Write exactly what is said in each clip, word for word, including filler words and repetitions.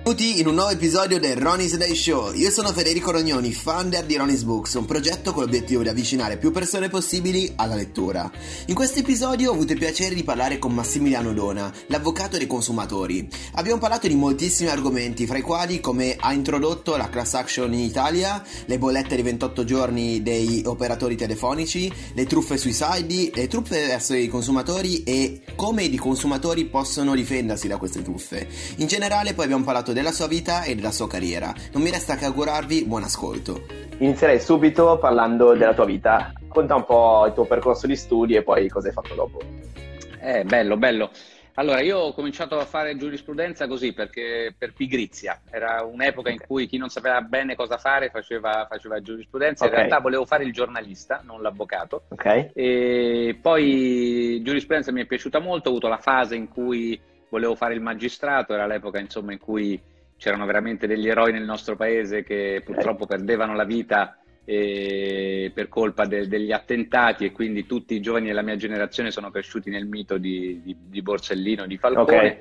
Benvenuti in un nuovo episodio del Ronnie's Day Show. Io sono Federico Rognoni, founder di Ronnie's Books, un progetto con l'obiettivo di avvicinare più persone possibili alla lettura. In questo episodio ho avuto il piacere di parlare con Massimiliano Dona, l'avvocato dei consumatori. Abbiamo parlato di moltissimi argomenti, fra i quali come ha introdotto la class action in Italia, le bollette di ventotto giorni dei operatori telefonici, le truffe sui saldi, le truffe verso i consumatori e come i consumatori possono difendersi da queste truffe. In generale poi abbiamo parlato della sua vita e della sua carriera. Non mi resta che augurarvi buon ascolto. Inizierei subito parlando della tua vita. Racconta un po' il tuo percorso di studi e poi cosa hai fatto dopo. Eh, bello, bello. Allora, io ho cominciato a fare giurisprudenza così, perché per pigrizia. Era un'epoca in cui chi non sapeva bene cosa fare faceva, faceva giurisprudenza. In okay. realtà volevo fare il giornalista, non l'avvocato. Okay. E poi giurisprudenza mi è piaciuta molto, ho avuto la fase in cui volevo fare il magistrato, era l'epoca insomma in cui c'erano veramente degli eroi nel nostro paese che purtroppo perdevano la vita eh, per colpa de degli attentati, e quindi tutti i giovani della mia generazione sono cresciuti nel mito di, di, di Borsellino, di Falcone. Okay.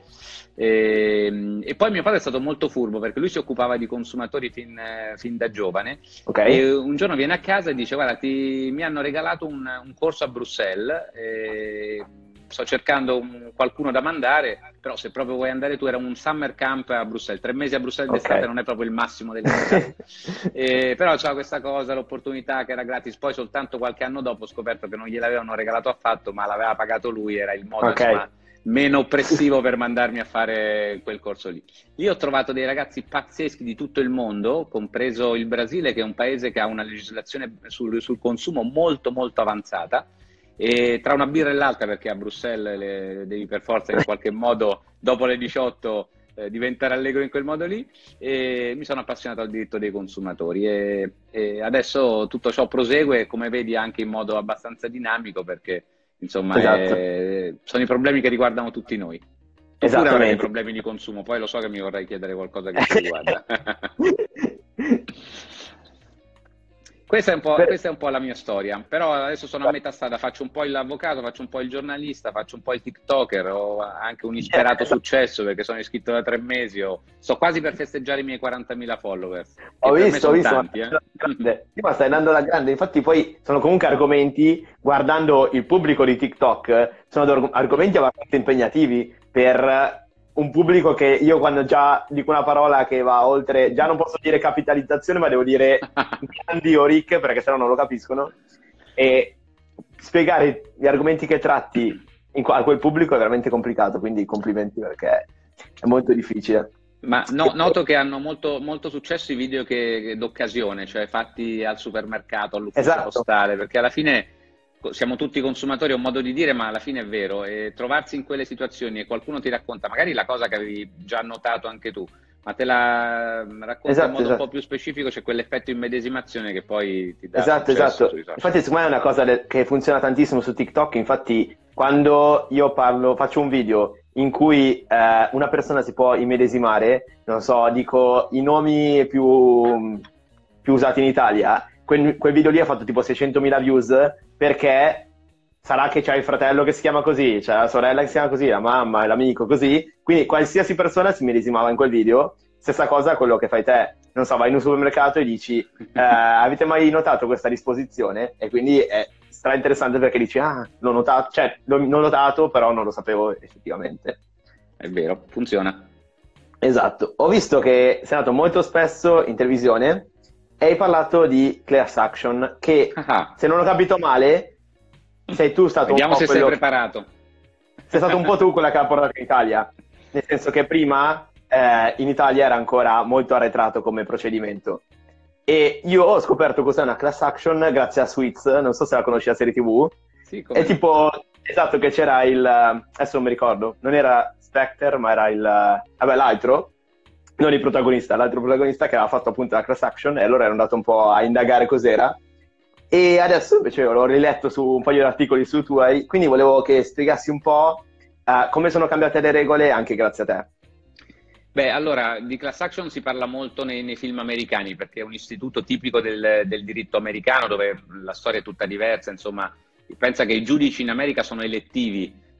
E, e poi mio padre è stato molto furbo perché lui si occupava di consumatori fin, fin da giovane. Okay. E un giorno viene a casa e dice: guarda, ti, mi hanno regalato un, un corso a Bruxelles, e sto cercando un, qualcuno da mandare, però se proprio vuoi andare tu. Era un summer camp a Bruxelles, tre mesi a Bruxelles d'estate. Okay. Non è proprio il massimo delle cose. eh, però c'era questa cosa, l'opportunità che era gratis. Poi soltanto qualche anno dopo ho scoperto che non gliel'avevano regalato affatto, ma l'aveva pagato lui, era il modo okay. insomma, meno oppressivo per mandarmi a fare quel corso lì. Lì ho trovato dei ragazzi pazzeschi di tutto il mondo, compreso il Brasile, che è un paese che ha una legislazione sul, sul consumo molto molto avanzata. E tra una birra e l'altra, perché a Bruxelles le, devi per forza in qualche modo dopo le diciotto eh, diventare allegro in quel modo lì, e mi sono appassionato al diritto dei consumatori e, e adesso tutto ciò prosegue, come vedi, anche in modo abbastanza dinamico, perché insomma esatto. è, sono i problemi che riguardano tutti noi. Tu pure avrai problemi di consumo, poi lo so che mi vorrai chiedere qualcosa che ti riguarda. Questa è, un po', per... questa è un po' la mia storia, però adesso sono a metà strada, faccio un po' l'avvocato, faccio un po' il giornalista, faccio un po' il TikToker, ho anche un isperato successo perché sono iscritto da tre mesi, ho... sto quasi per festeggiare i miei quarantamila followers. Ho visto, ho visto, tanti, eh? Sì, ma stai andando alla grande, infatti poi sono comunque argomenti, guardando il pubblico di TikTok, sono argomenti abbastanza impegnativi per un pubblico che io, quando già dico una parola che va oltre, già non posso dire capitalizzazione, ma devo dire grandi o ricche, perché sennò non lo capiscono, e spiegare gli argomenti che tratti in, a quel pubblico è veramente complicato, quindi complimenti, perché è molto difficile. Ma no, noto che hanno molto, molto successo i video d'occasione, cioè fatti al supermercato, all'ufficio esatto. postale, perché alla fine siamo tutti consumatori, è un modo di dire, ma alla fine è vero, e trovarsi in quelle situazioni e qualcuno ti racconta magari la cosa che avevi già notato anche tu, ma te la racconta esatto, in modo esatto. un po' più specifico, c'è quell'effetto immedesimazione che poi ti dà esatto, esatto. Infatti secondo me è una cosa che funziona tantissimo su TikTok. Infatti quando io parlo, faccio un video in cui eh, una persona si può immedesimare, non so, dico i nomi più, più usati in Italia, quel, quel video lì ha fatto tipo seicentomila views, perché sarà che c'è il fratello che si chiama così, c'è la sorella che si chiama così, la mamma e l'amico così, quindi qualsiasi persona si medesimava in quel video. Stessa cosa quello che fai te, non so, vai in un supermercato e dici eh, avete mai notato questa disposizione? E quindi è stra interessante, perché dici ah, l'ho notato, cioè l'ho notato, però non lo sapevo effettivamente. È vero, funziona. Esatto. Ho visto che sei andato molto spesso in televisione e hai parlato di class action, che ah. se non ho capito male sei tu stato Vediamo un po' se quello... sei preparato. Sei stato un po' tu quella che ha portato in Italia, nel senso che prima eh, in Italia era ancora molto arretrato come procedimento, e io ho scoperto cos'è una class action grazie a Suits, non so se la conosci, la serie tivù. Sì, è tipo, esatto, che c'era il, adesso non mi ricordo, non era Spectre ma era il, vabbè, l'altro, non il protagonista, l'altro protagonista che aveva fatto appunto la class action, e allora ero andato un po' a indagare cos'era, e adesso invece l'ho riletto su un paio di articoli su tuoi, quindi volevo che spiegassi un po' uh, come sono cambiate le regole anche grazie a te. Beh, allora, di class action si parla molto nei, nei film americani, perché è un istituto tipico del, del diritto americano, dove la storia è tutta diversa, insomma. Pensa che i giudici in America sono elettivi,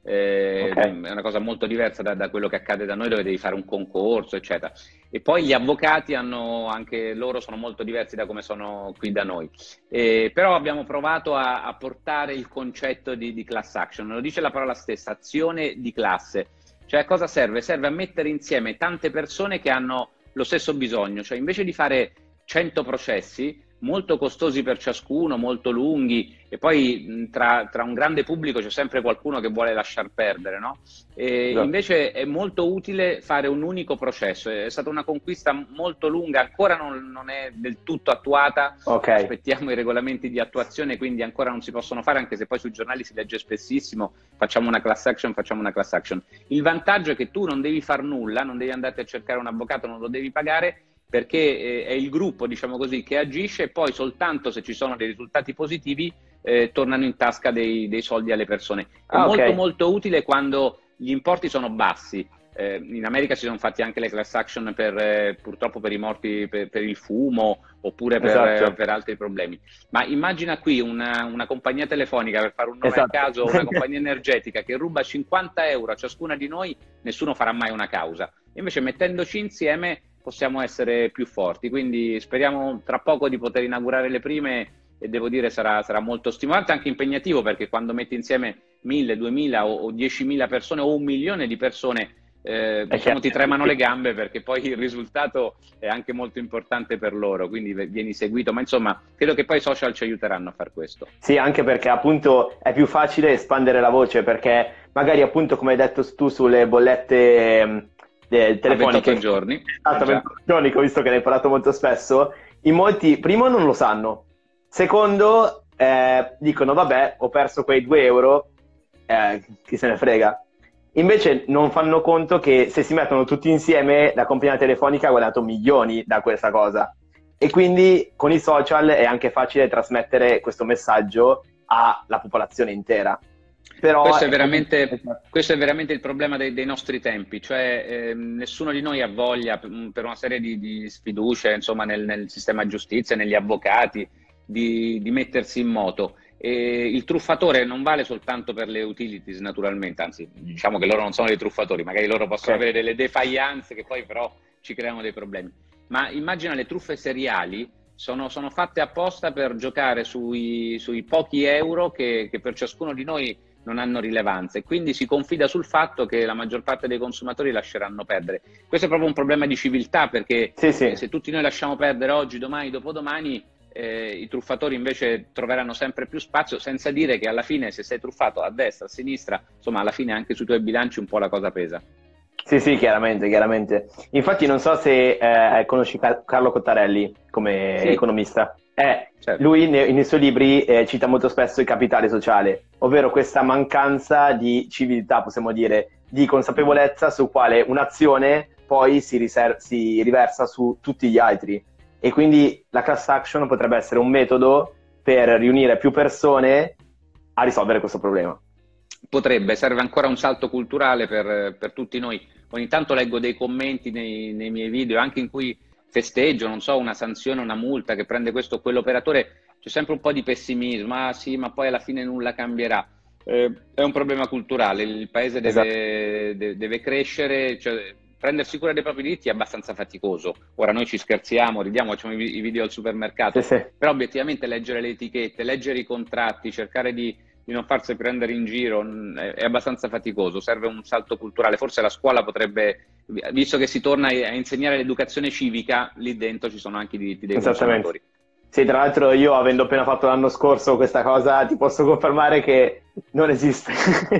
Eh, Okay. È una cosa molto diversa da, da quello che accade da noi, dove devi fare un concorso, eccetera. E poi gli avvocati hanno anche loro, sono molto diversi da come sono qui da noi. Eh, però abbiamo provato a, a portare il concetto di, di class action, lo dice la parola stessa, azione di classe. Cioè, a cosa serve? Serve a mettere insieme tante persone che hanno lo stesso bisogno, cioè invece di fare cento processi molto costosi per ciascuno, molto lunghi, e poi mh, tra, tra un grande pubblico c'è sempre qualcuno che vuole lasciar perdere, no? E Esatto. invece è molto utile fare un unico processo. È stata una conquista molto lunga, ancora non, non è del tutto attuata. Ok. Aspettiamo i regolamenti di attuazione, quindi ancora non si possono fare, anche se poi sui giornali si legge spessissimo: facciamo una class action, facciamo una class action. Il vantaggio è che tu non devi far nulla, non devi andarti a cercare un avvocato, non lo devi pagare, perché eh, è il gruppo, diciamo così, che agisce, e poi soltanto se ci sono dei risultati positivi eh, tornano in tasca dei, dei soldi alle persone. È Ah, molto ok. molto utile quando gli importi sono bassi. Eh, in America si sono fatti anche le class action per, eh, purtroppo per i morti per, per il fumo, oppure per, Esatto. eh, per altri problemi. Ma immagina qui una, una compagnia telefonica, per fare un nome Esatto. a caso, una compagnia energetica che ruba cinquanta euro a ciascuna di noi, nessuno farà mai una causa. Invece, mettendoci insieme, possiamo essere più forti. Quindi speriamo tra poco di poter inaugurare le prime, e devo dire sarà, sarà molto stimolante, anche impegnativo, perché quando metti insieme mille, duemila o, o diecimila persone o un milione di persone, eh, diciamo, ti tremano le gambe, perché poi il risultato è anche molto importante per loro, quindi vieni seguito. Ma insomma, credo che poi i social ci aiuteranno a far questo. Sì, anche perché appunto è più facile espandere la voce, perché magari appunto, come hai detto tu, sulle bollette ehm, de- telefoniche, ventotto giorni. esatto, Già. ventotto giorni, che ho visto che ne hai parlato molto spesso, in molti, primo, non lo sanno, secondo, eh, dicono vabbè, ho perso quei due euro, eh, chi se ne frega. Invece non fanno conto che se si mettono tutti insieme, la compagnia telefonica ha guadagnato milioni da questa cosa. E quindi con i social è anche facile trasmettere questo messaggio alla popolazione intera. Però Questo è è veramente, comunque- questo è veramente il problema dei, dei nostri tempi, cioè ehm, nessuno di noi ha voglia, per, per una serie di, di sfiducie, insomma, nel, nel sistema giustizia, negli avvocati, di, di mettersi in moto. E il truffatore non vale soltanto per le utilities, naturalmente, anzi, diciamo che loro non sono dei truffatori, magari loro possono Ok. avere delle defiance che poi però ci creano dei problemi. Ma immagina, le truffe seriali sono, sono fatte apposta per giocare sui, sui pochi euro che, che per ciascuno di noi non hanno rilevanza, e quindi si confida sul fatto che la maggior parte dei consumatori lasceranno perdere. Questo è proprio un problema di civiltà, perché Sì, sì. eh, se tutti noi lasciamo perdere oggi, domani, dopodomani, eh, i truffatori invece troveranno sempre più spazio, senza dire che alla fine, se sei truffato a destra, a sinistra, insomma, alla fine anche sui tuoi bilanci un po' la cosa pesa. Sì, sì, chiaramente, chiaramente. Infatti non so se eh, conosci Car- Carlo Cottarelli come Sì. economista. Eh, Certo. lui ne- nei suoi libri eh, cita molto spesso il capitale sociale, ovvero questa mancanza di civiltà, possiamo dire, di consapevolezza su quale un'azione poi si, riser- si riversa su tutti gli altri. E quindi la class action potrebbe essere un metodo per riunire più persone a risolvere questo problema. Potrebbe, serve ancora un salto culturale per, per tutti noi. Ogni tanto leggo dei commenti nei, nei miei video, anche in cui festeggio, non so, una sanzione, una multa che prende questo o quell'operatore. C'è sempre un po' di pessimismo: ah sì, ma poi alla fine nulla cambierà. Eh, è un problema culturale, il paese deve, Esatto. de- deve crescere, cioè, prendersi cura dei propri diritti è abbastanza faticoso. Ora noi ci scherziamo, ridiamo, facciamo i, i video al supermercato, Sì, sì. però obiettivamente leggere le etichette, leggere i contratti, cercare di di non farsi prendere in giro è, è abbastanza faticoso, serve un salto culturale. Forse la scuola potrebbe, visto che si torna a insegnare l'educazione civica, lì dentro ci sono anche i diritti dei consumatori. Sì, tra l'altro io, avendo appena fatto l'anno scorso questa cosa, ti posso confermare che non esiste,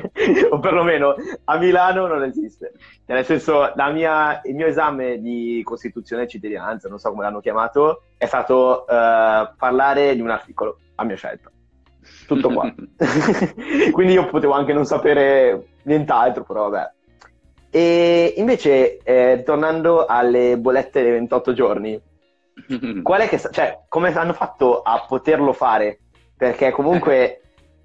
o perlomeno a Milano non esiste. Nel senso, la mia, il mio esame di Costituzione e cittadinanza, non so come l'hanno chiamato, è stato uh, parlare di un articolo a mia scelta. Tutto qua. Quindi io potevo anche non sapere nient'altro, però vabbè. E invece, eh, tornando alle bollette dei ventotto giorni, qual è che, cioè, come hanno fatto a poterlo fare? Perché comunque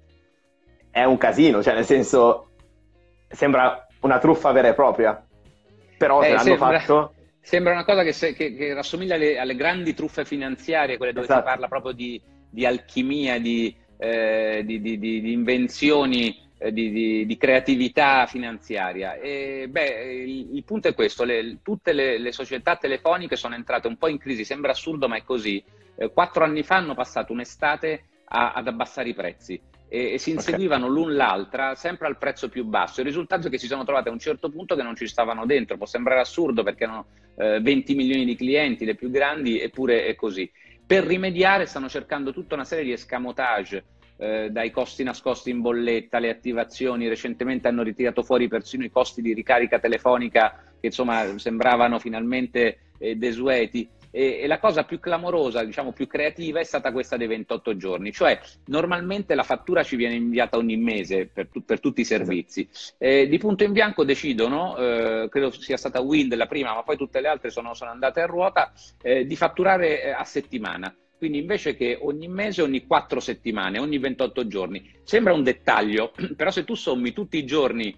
è un casino, cioè nel senso, sembra una truffa vera e propria, però Eh, se l'hanno sembra- fatto... Sembra una cosa che, se- che- che rassomiglia alle, alle grandi truffe finanziarie, quelle dove si Esatto. parla proprio di, di alchimia, di, eh, di- di- di- di invenzioni eh, di, di, di creatività finanziaria. E, beh, il, il punto è questo, le, tutte le, le società telefoniche sono entrate un po' in crisi, sembra assurdo ma è così. Eh, quattro anni fa hanno passato un'estate a, ad abbassare i prezzi e, e si inseguivano okay. l'un l'altra sempre al prezzo più basso. Il risultato è che si sono trovate a un certo punto che non ci stavano dentro. Può sembrare assurdo perché hanno eh, venti milioni di clienti, le più grandi, eppure è così. Per rimediare stanno cercando tutta una serie di escamotage, eh, dai costi nascosti in bolletta, le attivazioni. Recentemente hanno ritirato fuori persino i costi di ricarica telefonica che insomma sembravano finalmente eh, desueti. E la cosa più clamorosa, diciamo più creativa, è stata questa dei ventotto giorni, cioè normalmente la fattura ci viene inviata ogni mese per, tu, per tutti i servizi. Eh, di punto in bianco decidono, eh, credo sia stata Wind la prima, ma poi tutte le altre sono, sono andate a ruota, eh, di fatturare eh, a settimana. Quindi invece che ogni mese, ogni quattro settimane, ogni ventotto giorni. Sembra un dettaglio, però se tu sommi tutti i giorni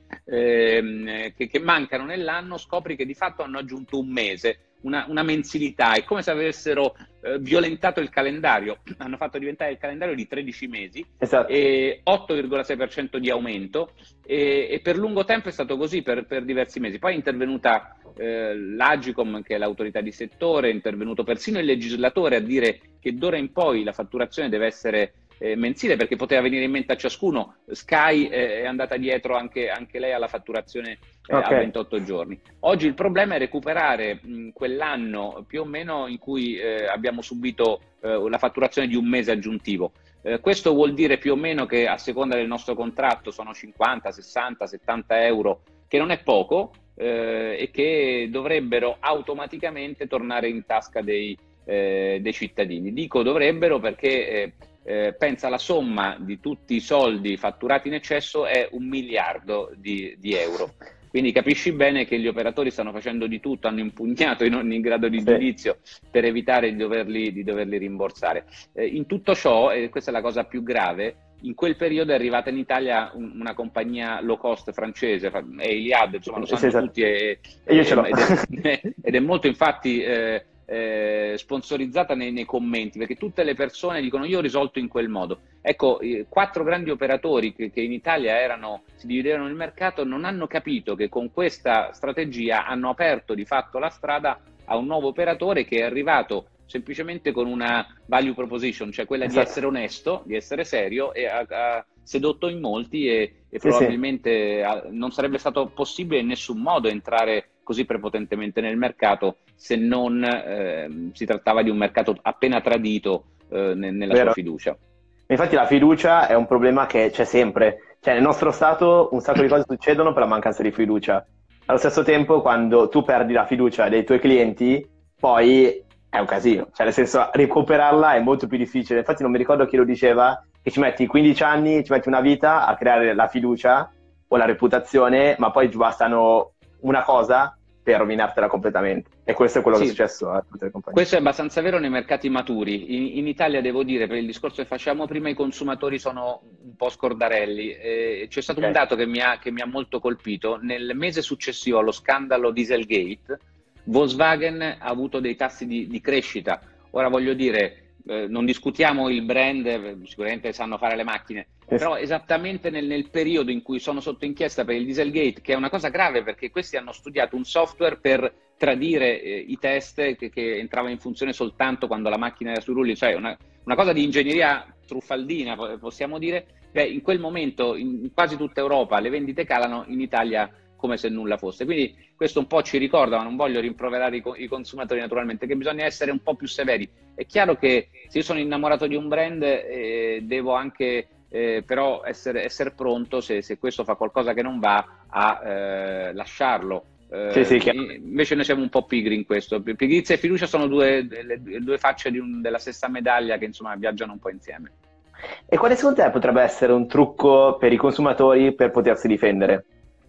eh, che, che mancano nell'anno, scopri che di fatto hanno aggiunto un mese. Una, una mensilità, è come se avessero eh, violentato il calendario, hanno fatto diventare il calendario di tredici mesi, esatto. E otto virgola sei per cento di aumento e, e per lungo tempo è stato così per, per diversi mesi. Poi è intervenuta eh, l'Agicom, che è l'autorità di settore, è intervenuto persino il legislatore a dire che d'ora in poi la fatturazione deve essere Eh, mensile, perché poteva venire in mente a ciascuno. Sky eh, è andata dietro anche, anche lei alla fatturazione eh, okay. a ventotto giorni. Oggi il problema è recuperare mh, quell'anno più o meno in cui eh, abbiamo subito eh, la fatturazione di un mese aggiuntivo. Eh, questo vuol dire più o meno che a seconda del nostro contratto sono cinquanta, sessanta, settanta euro, che non è poco eh, e che dovrebbero automaticamente tornare in tasca dei, eh, dei cittadini. Dico dovrebbero perché eh, Eh, pensa la somma di tutti i soldi fatturati in eccesso è un miliardo di, di euro. Quindi capisci bene che gli operatori stanno facendo di tutto, hanno impugnato in ogni grado di giudizio per evitare di doverli, di doverli rimborsare. Eh, in tutto ciò, e questa è la cosa più grave, in quel periodo è arrivata in Italia un, una compagnia low cost francese, è Iliad, insomma lo sanno sì, esatto. tutti, e, e io ce l'ho. Ed, è, ed è molto infatti... Eh, Eh, sponsorizzata nei, nei commenti, perché tutte le persone dicono io ho risolto in quel modo. Ecco, eh, quattro grandi operatori che, che in Italia erano, si dividevano il mercato, non hanno capito che con questa strategia hanno aperto di fatto la strada a un nuovo operatore che è arrivato semplicemente con una value proposition, cioè quella esatto. di essere onesto, di essere serio, e ha, ha sedotto in molti e, e sì, probabilmente sì. Ha, non sarebbe stato possibile in nessun modo entrare così prepotentemente nel mercato se non eh, si trattava di un mercato appena tradito eh, nella Vero. sua fiducia. Infatti la fiducia è un problema che c'è sempre, cioè nel nostro stato un sacco di cose succedono per la mancanza di fiducia. Allo stesso tempo, quando tu perdi la fiducia dei tuoi clienti, poi è un casino, cioè nel senso recuperarla è molto più difficile. Infatti non mi ricordo chi lo diceva, che ci metti quindici anni, ci metti una vita a creare la fiducia o la reputazione, ma poi bastano una cosa per rovinartela completamente, e questo è quello sì. che è successo a tutte le compagnie. Questo è abbastanza vero nei mercati maturi. In, in Italia, devo dire, per il discorso che facciamo prima, i consumatori sono un po' scordarelli. Eh, c'è stato okay. un dato che mi, ha, che mi ha molto colpito. Nel mese successivo allo scandalo Dieselgate, Volkswagen ha avuto dei tassi di, di crescita. Ora voglio dire, eh, non discutiamo il brand, sicuramente sanno fare le macchine, yes. però esattamente nel, nel periodo in cui sono sotto inchiesta per il Dieselgate, che è una cosa grave perché questi hanno studiato un software per tradire eh, i test che, che entrava in funzione soltanto quando la macchina era sui rulli, cioè una, una cosa di ingegneria truffaldina, possiamo dire. Beh, in quel momento in quasi tutta Europa le vendite calano, in Italia come se nulla fosse. Quindi questo un po' ci ricorda, ma non voglio rimproverare i, i consumatori naturalmente, che bisogna essere un po' più severi. È chiaro che se io sono innamorato di un brand eh, devo anche eh, però essere, essere pronto, se, se questo fa qualcosa che non va, a eh, lasciarlo. Eh, sì, sì, invece noi siamo un po' pigri in questo. Pigrizia e fiducia sono due, le, due facce di un, della stessa medaglia che insomma viaggiano un po' insieme. E quale secondo te potrebbe essere un trucco per i consumatori per potersi difendere?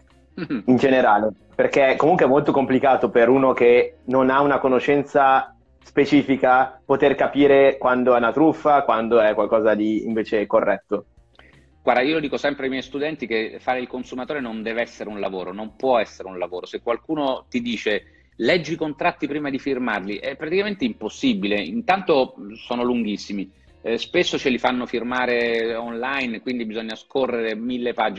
In generale, perché comunque è molto complicato per uno che non ha una conoscenza specifica poter capire quando è una truffa, quando è qualcosa di invece corretto. Guarda, io lo dico sempre ai miei studenti che fare il consumatore non deve essere un lavoro, non può essere un lavoro. Se qualcuno ti dice leggi i contratti prima di firmarli, è praticamente impossibile. Intanto sono lunghissimi, eh, spesso ce li fanno firmare online, quindi bisogna scorrere mille pagine.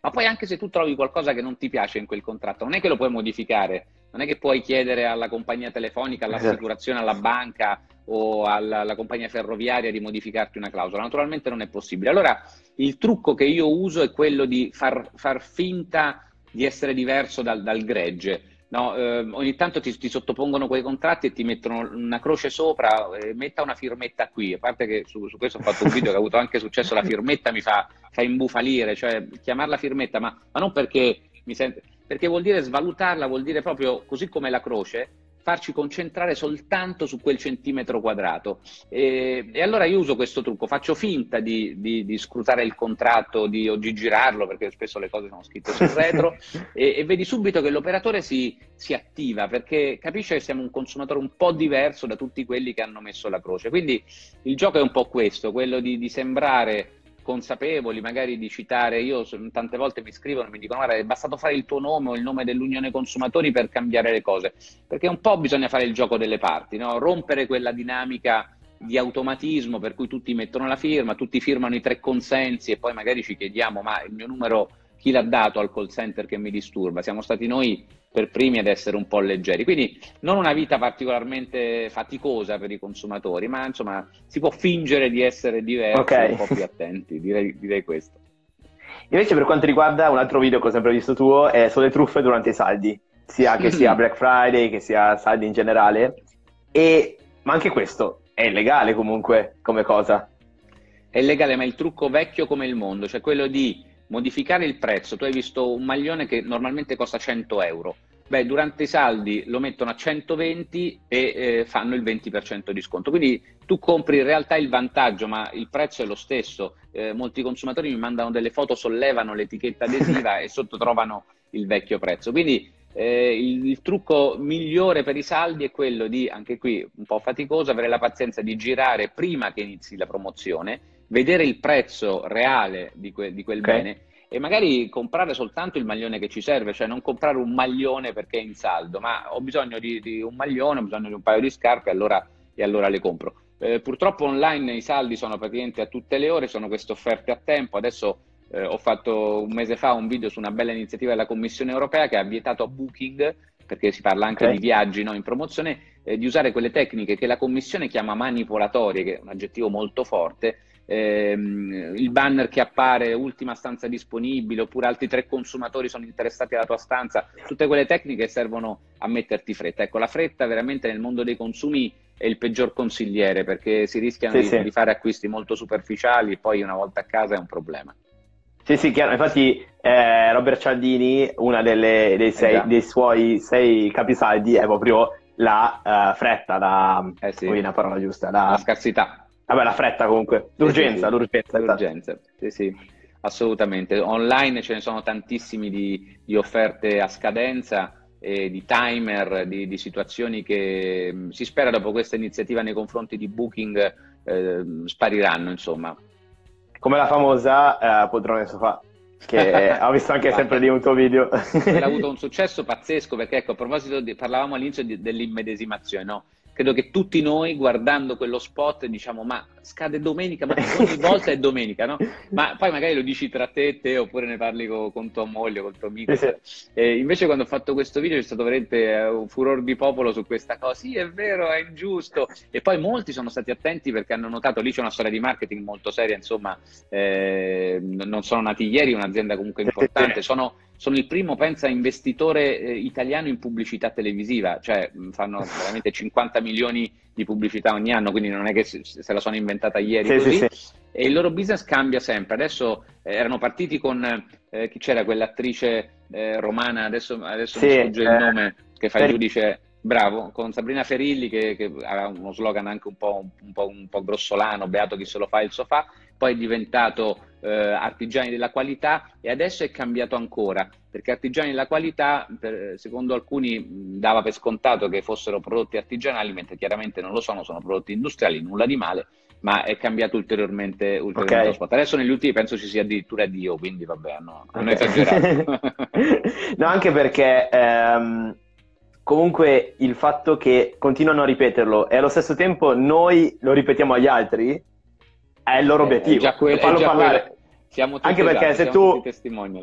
Ma poi anche se tu trovi qualcosa che non ti piace in quel contratto, non è che lo puoi modificare, non è che puoi chiedere alla compagnia telefonica, all'assicurazione, alla banca o alla, alla compagnia ferroviaria di modificarti una clausola. Naturalmente non è possibile. Allora il trucco che io uso è quello di far, far finta di essere diverso dal, dal gregge. No, eh, ogni tanto ti, ti sottopongono quei contratti e ti mettono una croce sopra, eh, metta una firmetta qui, a parte che su, su questo ho fatto un video che ha avuto anche successo, la firmetta mi fa, fa imbufalire, cioè chiamarla firmetta, ma, ma non perché mi sente, perché vuol dire svalutarla, vuol dire proprio, così come la croce, farci concentrare soltanto su quel centimetro quadrato. E, e allora io uso questo trucco, faccio finta di, di, di scrutare il contratto di, o di girarlo, perché spesso le cose sono scritte sul retro, e, e vedi subito che l'operatore si, si attiva, perché capisce che siamo un consumatore un po' diverso da tutti quelli che hanno messo la croce. Quindi il gioco è un po' questo, quello di, di sembrare consapevoli, magari di citare, io tante volte mi scrivono e mi dicono guarda è bastato fare il tuo nome o il nome dell'Unione Consumatori per cambiare le cose, perché un po' bisogna fare il gioco delle parti, no? Rompere quella dinamica di automatismo per cui tutti mettono la firma, tutti firmano i tre consensi e poi magari ci chiediamo ma il mio numero chi l'ha dato al call center che mi disturba? Siamo stati noi per primi ad essere un po' leggeri, quindi non una vita particolarmente faticosa per i consumatori, ma insomma si può fingere di essere diversi, okay, un po' più attenti, direi, direi questo. Invece per quanto riguarda un altro video che ho sempre visto tuo, è sulle truffe durante i saldi, sia che sia Black Friday, che sia saldi in generale, e ma anche questo è illegale comunque come cosa. È illegale, ma il trucco vecchio come il mondo, cioè quello di modificare il prezzo. Tu hai visto un maglione che normalmente costa cento euro, beh durante i saldi lo mettono a centoventi e eh, fanno il venti per cento di sconto, quindi tu compri in realtà il vantaggio ma il prezzo è lo stesso. Eh, molti consumatori mi mandano delle foto, sollevano l'etichetta adesiva e sotto trovano il vecchio prezzo, quindi eh, il, il trucco migliore per i saldi è quello di, anche qui un po' faticoso, avere la pazienza di girare prima che inizi la promozione, vedere il prezzo reale di, que di quel okay. bene e magari comprare soltanto il maglione che ci serve, cioè non comprare un maglione perché è in saldo, ma ho bisogno di, di un maglione, ho bisogno di un paio di scarpe allora, e allora le compro. Eh, purtroppo online i saldi sono praticamente a tutte le ore, sono queste offerte a tempo. Adesso eh, ho fatto un mese fa un video su una bella iniziativa della Commissione Europea che ha vietato a Booking, perché si parla anche okay. di viaggi, no, in promozione, eh, di usare quelle tecniche che la Commissione chiama manipolatorie, che è un aggettivo molto forte. Ehm, il banner che appare ultima stanza disponibile oppure altri tre consumatori sono interessati alla tua stanza, tutte quelle tecniche servono a metterti fretta. Ecco, la fretta veramente nel mondo dei consumi è il peggior consigliere, perché si rischiano sì, di, sì. di fare acquisti molto superficiali e poi una volta a casa è un problema. Sì, sì, chiaro. Infatti eh, Robert Cialdini, una delle, dei, sei, eh dei suoi sei capisaldi è proprio la uh, fretta, la, eh sì. come è la parola giusta? La, la scarsità. Vabbè, la fretta comunque, l'urgenza, sì, sì, l'urgenza. L'urgenza, sì, sì, assolutamente. Online ce ne sono tantissimi di, di offerte a scadenza, eh, di timer, di, di situazioni che mh, si spera dopo questa iniziativa nei confronti di Booking eh, spariranno, insomma. Come la famosa eh, poltrona del sofà, che ho visto anche sempre lì un tuo video. Ha avuto un successo pazzesco, perché ecco, a proposito, di, parlavamo all'inizio dell'immedesimazione, no? Credo che tutti noi guardando quello spot diciamo ma scade domenica, ma ogni volta è domenica, no? Ma poi magari lo dici tra te e te oppure ne parli con, con tua moglie, col tuo amico. Sì, sì. E invece quando ho fatto questo video c'è stato veramente un furor di popolo su questa cosa, sì è vero, è ingiusto, e poi molti sono stati attenti perché hanno notato, lì c'è una storia di marketing molto seria, insomma, eh, non sono nati ieri, è un'azienda comunque importante, sono... Sono il primo, pensa, investitore eh, italiano in pubblicità televisiva, cioè mh, fanno veramente cinquanta milioni di pubblicità ogni anno, quindi non è che se, se la sono inventata ieri sì, così, sì, sì. E il loro business cambia sempre. Adesso eh, erano partiti con, eh, chi c'era, quell'attrice eh, romana, adesso, adesso sì, mi sfugge eh, il nome, che fa il giudice, bravo, con Sabrina Ferilli, che, che ha uno slogan anche un po', un, po', un po' grossolano, beato chi se lo fa il sofà, poi è diventato eh, artigiani della qualità e adesso è cambiato ancora, perché artigiani della qualità, per, secondo alcuni, mh, dava per scontato che fossero prodotti artigianali, mentre chiaramente non lo sono, sono prodotti industriali, nulla di male, ma è cambiato ulteriormente, ulteriormente okay. lo spot. Adesso negli ultimi penso ci sia addirittura Dio, quindi vabbè, hanno, hanno okay. esagerato. No, anche perché... Ehm... comunque il fatto che continuano a ripeterlo e allo stesso tempo noi lo ripetiamo agli altri è il loro eh, obiettivo. È già quel, è già parlare. Quello. Siamo tutti Anche perché esatto, se tu testimonial.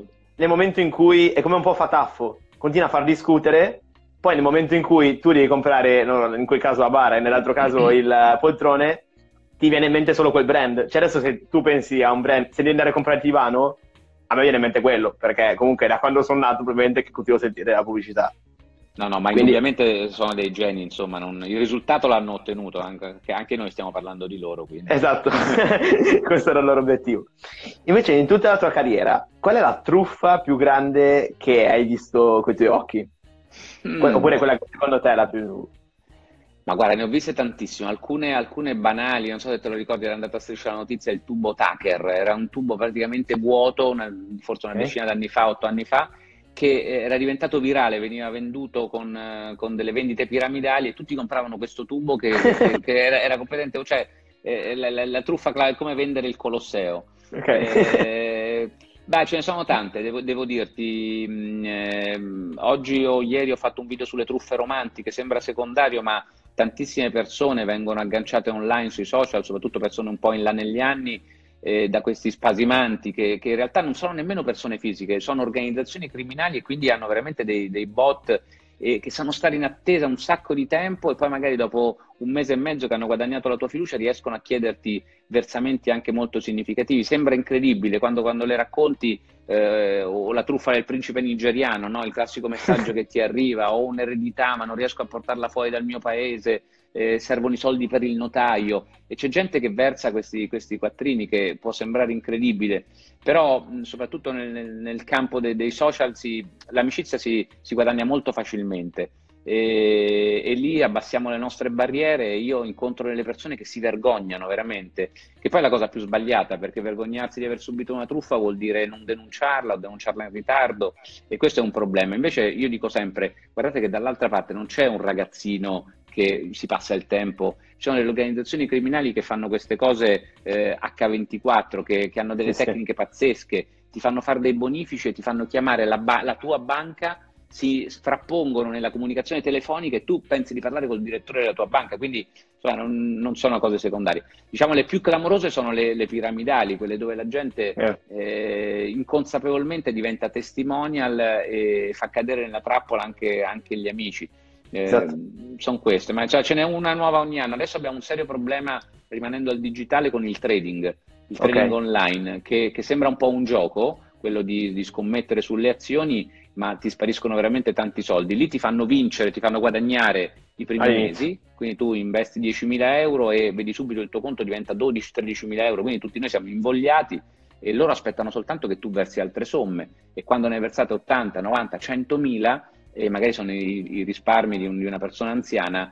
nel momento in cui è come un po' fataffo, continua a far discutere, poi nel momento in cui tu devi comprare, no, in quel caso la bara e nell'altro caso il poltrone, ti viene in mente solo quel brand. Cioè adesso se tu pensi a un brand, se devi andare a comprare il divano, a me viene in mente quello, perché comunque da quando sono nato probabilmente che continuo a sentire la pubblicità. No, no, ma Quindi... indubbiamente sono dei geni, insomma, non... il risultato l'hanno ottenuto, anche, che anche noi stiamo parlando di loro. Quindi. Esatto, questo era il loro obiettivo. Invece in tutta la tua carriera, qual è la truffa più grande che hai visto con i tuoi occhi? Mm. Oppure quella che secondo te è la più... Ma guarda, ne ho viste tantissime, alcune, alcune banali, non so se te lo ricordi, era andata a Striscia la Notizia, il tubo Tucker, era un tubo praticamente vuoto, una, forse una decina okay. d'anni fa, otto anni fa, che era diventato virale, veniva venduto con, con delle vendite piramidali e tutti compravano questo tubo che, che, che era, era completamente, cioè eh, la, la, la truffa è come vendere il Colosseo. Okay. Eh, beh, ce ne sono tante, devo, devo dirti, eh, oggi o ieri ho fatto un video sulle truffe romantiche, sembra secondario, ma tantissime persone vengono agganciate online sui social, soprattutto persone un po' in là negli anni, eh, da questi spasimanti che, che in realtà non sono nemmeno persone fisiche, sono organizzazioni criminali e quindi hanno veramente dei, dei bot eh, che sanno stare in attesa un sacco di tempo e poi magari dopo un mese e mezzo che hanno guadagnato la tua fiducia riescono a chiederti versamenti anche molto significativi. Sembra incredibile quando, quando le racconti, eh, o la truffa del principe nigeriano, no? Il classico messaggio che ti arriva, o un'eredità ma non riesco a portarla fuori dal mio paese, eh, servono i soldi per il notaio, e c'è gente che versa questi, questi quattrini che può sembrare incredibile, però mh, soprattutto nel, nel campo de, dei social si, l'amicizia si, si guadagna molto facilmente. E, e lì abbassiamo le nostre barriere e io incontro delle persone che si vergognano veramente, che poi è la cosa più sbagliata, perché vergognarsi di aver subito una truffa vuol dire non denunciarla o denunciarla in ritardo, e questo è un problema. Invece io dico sempre, guardate che dall'altra parte non c'è un ragazzino che si passa il tempo, ci sono delle organizzazioni criminali che fanno queste cose eh, acca ventiquattro, che, che hanno delle sì, tecniche sì. pazzesche, ti fanno fare dei bonifici e ti fanno chiamare la, ba- la tua banca, si frappongono nella comunicazione telefonica e tu pensi di parlare col direttore della tua banca, quindi insomma, non, non sono cose secondarie. Diciamo le più clamorose sono le, le piramidali, quelle dove la gente eh. Eh, inconsapevolmente diventa testimonial e fa cadere nella trappola anche, anche gli amici. Eh, esatto. Sono queste, ma cioè, ce n'è una nuova ogni anno. Adesso abbiamo un serio problema, rimanendo al digitale, con il trading, il trading okay. online, che, che sembra un po' un gioco, quello di, di scommettere sulle azioni, ma ti spariscono veramente tanti soldi. Lì ti fanno vincere, ti fanno guadagnare i primi All'inizio. mesi, quindi tu investi diecimila euro e vedi subito il tuo conto diventa dodici tredicimila euro, quindi tutti noi siamo invogliati e loro aspettano soltanto che tu versi altre somme, e quando ne hai versate ottanta, novanta, centomila, e magari sono i, i risparmi di, un, di una persona anziana,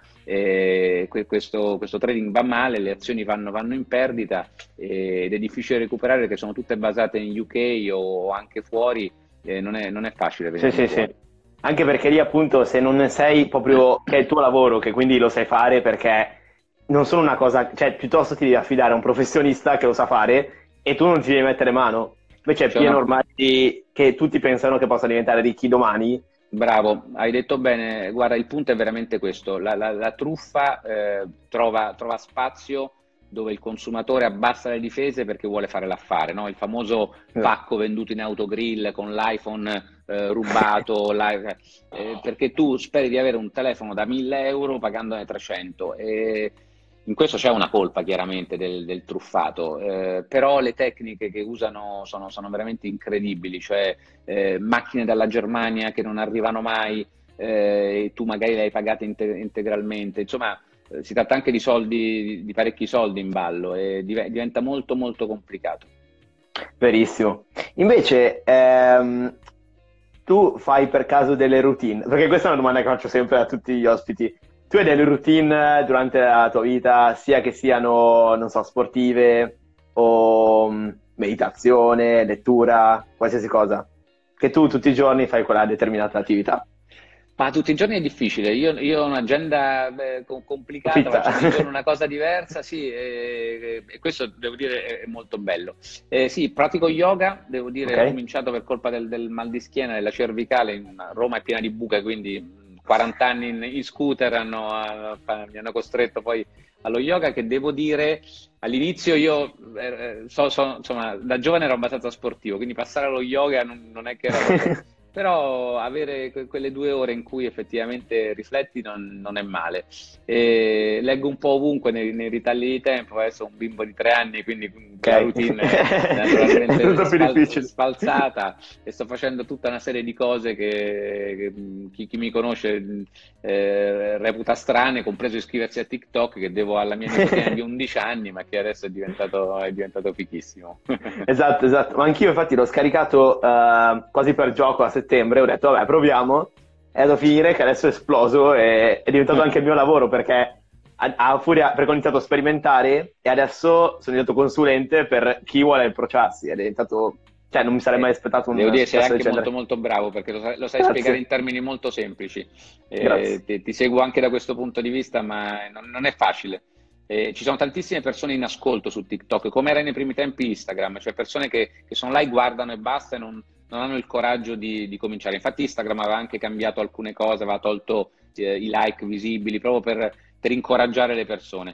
eh, questo, questo trading va male, le azioni vanno, vanno in perdita, eh, ed è difficile recuperare perché sono tutte basate in U K o anche fuori. Eh, non, è, non è facile sì, sì, sì. Anche perché lì appunto se non ne sei proprio, che è il tuo lavoro, che quindi lo sai fare, perché non sono una cosa, cioè piuttosto ti devi affidare a un professionista che lo sa fare e tu non ti devi mettere mano. Invece è cioè, pieno ormai di, che tutti pensano che possa diventare ricchi domani. Bravo, hai detto bene. Guarda, il punto è veramente questo, la, la, la truffa eh, trova, trova spazio dove il consumatore abbassa le difese perché vuole fare l'affare, no? Il famoso pacco venduto in autogrill con l'iPhone eh, rubato, eh, perché tu speri di avere un telefono da mille euro pagandone trecento, e in questo c'è una colpa chiaramente del, del truffato, eh, però le tecniche che usano sono, sono veramente incredibili, cioè eh, macchine dalla Germania che non arrivano mai, eh, e tu magari le hai pagate inte- integralmente, insomma si tratta anche di soldi, di parecchi soldi in ballo, e diventa molto molto complicato. Verissimo. Invece ehm, tu fai per caso delle routine? Perché questa è una domanda che faccio sempre a tutti gli ospiti. Tu hai delle routine durante la tua vita, sia che siano, non so, sportive o meditazione, lettura, qualsiasi cosa, che tu tutti i giorni fai quella determinata attività? Ma tutti i giorni è difficile, io, io ho un'agenda beh, complicata, Fitta. faccio ogni giorno una cosa diversa, sì, e, e questo devo dire è molto bello. Eh, sì, pratico yoga, devo dire, okay. Ho cominciato per colpa del, del mal di schiena, della cervicale, in Roma è piena di buche, quindi quaranta anni in, in scooter hanno, mi hanno costretto poi allo yoga, che devo dire, all'inizio io eh, so, so, insomma, da giovane ero abbastanza sportivo, quindi passare allo yoga non, non è che era proprio... Però avere que- quelle due ore in cui effettivamente rifletti non, non è male. E leggo un po' ovunque nei, nei ritagli di tempo, adesso ho un bimbo di tre anni, quindi la Ok. routine è naturalmente È tutto più spal- difficile. spalzata, e sto facendo tutta una serie di cose che, che chi, chi mi conosce eh, reputa strane, compreso iscriversi a TikTok, che devo alla mia nipotina di undici anni, ma che adesso è diventato, è diventato fichissimo. Esatto, esatto. Ma anch'io infatti l'ho scaricato eh, quasi per gioco a settembre, ho detto vabbè proviamo, e devo finire che adesso è esploso e è diventato anche il mio lavoro, perché a, a furia, perché ho iniziato a sperimentare e adesso sono diventato consulente per chi vuole approcciarsi, è diventato, cioè non mi sarei mai aspettato un Devo dire, sei successo anche del molto genere. molto bravo, perché lo sai, lo sai Grazie. spiegare in termini molto semplici. Eh, Grazie. ti, ti seguo anche da questo punto di vista, ma non, non è facile. Eh, ci sono tantissime persone in ascolto su TikTok, come era nei primi tempi Instagram, cioè persone che, che sono là e guardano e basta, e non, non hanno il coraggio di, di cominciare. Infatti Instagram aveva anche cambiato alcune cose, aveva tolto eh, i like visibili proprio per, per incoraggiare le persone.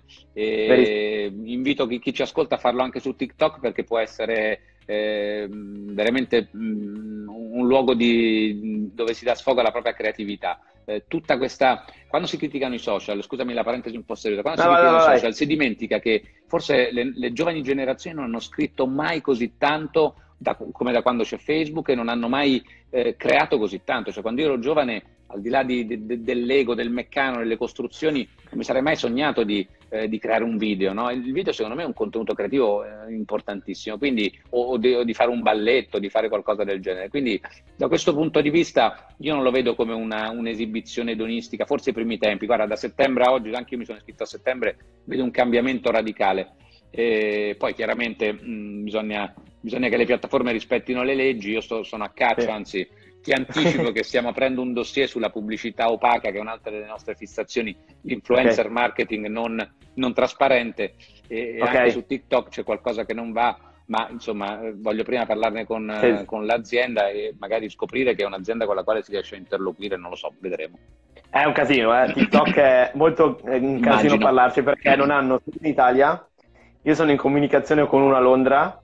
E invito chi, chi ci ascolta a farlo anche su TikTok, perché può essere eh, veramente mh, un luogo di, dove si dà sfogo alla propria creatività. Eh, tutta questa, quando si criticano i social, scusami la parentesi un po' seriosa, quando No, si vai, criticano vai, i vai. social si dimentica che forse le, le giovani generazioni non hanno scritto mai così tanto da, come da quando c'è Facebook, e non hanno mai eh, creato così tanto. Cioè, quando io ero giovane, al di là di, de, dell'ego, del meccano, delle costruzioni, non mi sarei mai sognato di, eh, di creare un video, no? Il video secondo me è un contenuto creativo eh, importantissimo, quindi, o, o, di, o di fare un balletto, di fare qualcosa del genere. Quindi da questo punto di vista io non lo vedo come una, un'esibizione edonistica, forse i primi tempi. Guarda, da settembre a oggi, anche io mi sono iscritto a settembre, vedo un cambiamento radicale. E poi chiaramente mh, bisogna, bisogna che le piattaforme rispettino le leggi. Io sto, sono a caccia, Sì. anzi ti anticipo che stiamo aprendo un dossier sulla pubblicità opaca, che è un'altra delle nostre fissazioni, l'influencer Ok. marketing non, non trasparente, e, e Ok. anche su TikTok c'è qualcosa che non va, ma insomma eh, voglio prima parlarne con, Sì. eh, con l'azienda, e magari scoprire che è un'azienda con la quale si riesce a interloquire, non lo so, vedremo. È un casino, eh. TikTok è molto eh, un casino Immagino. parlarci, perché non hanno tutti in Italia. Io sono in comunicazione con una a Londra,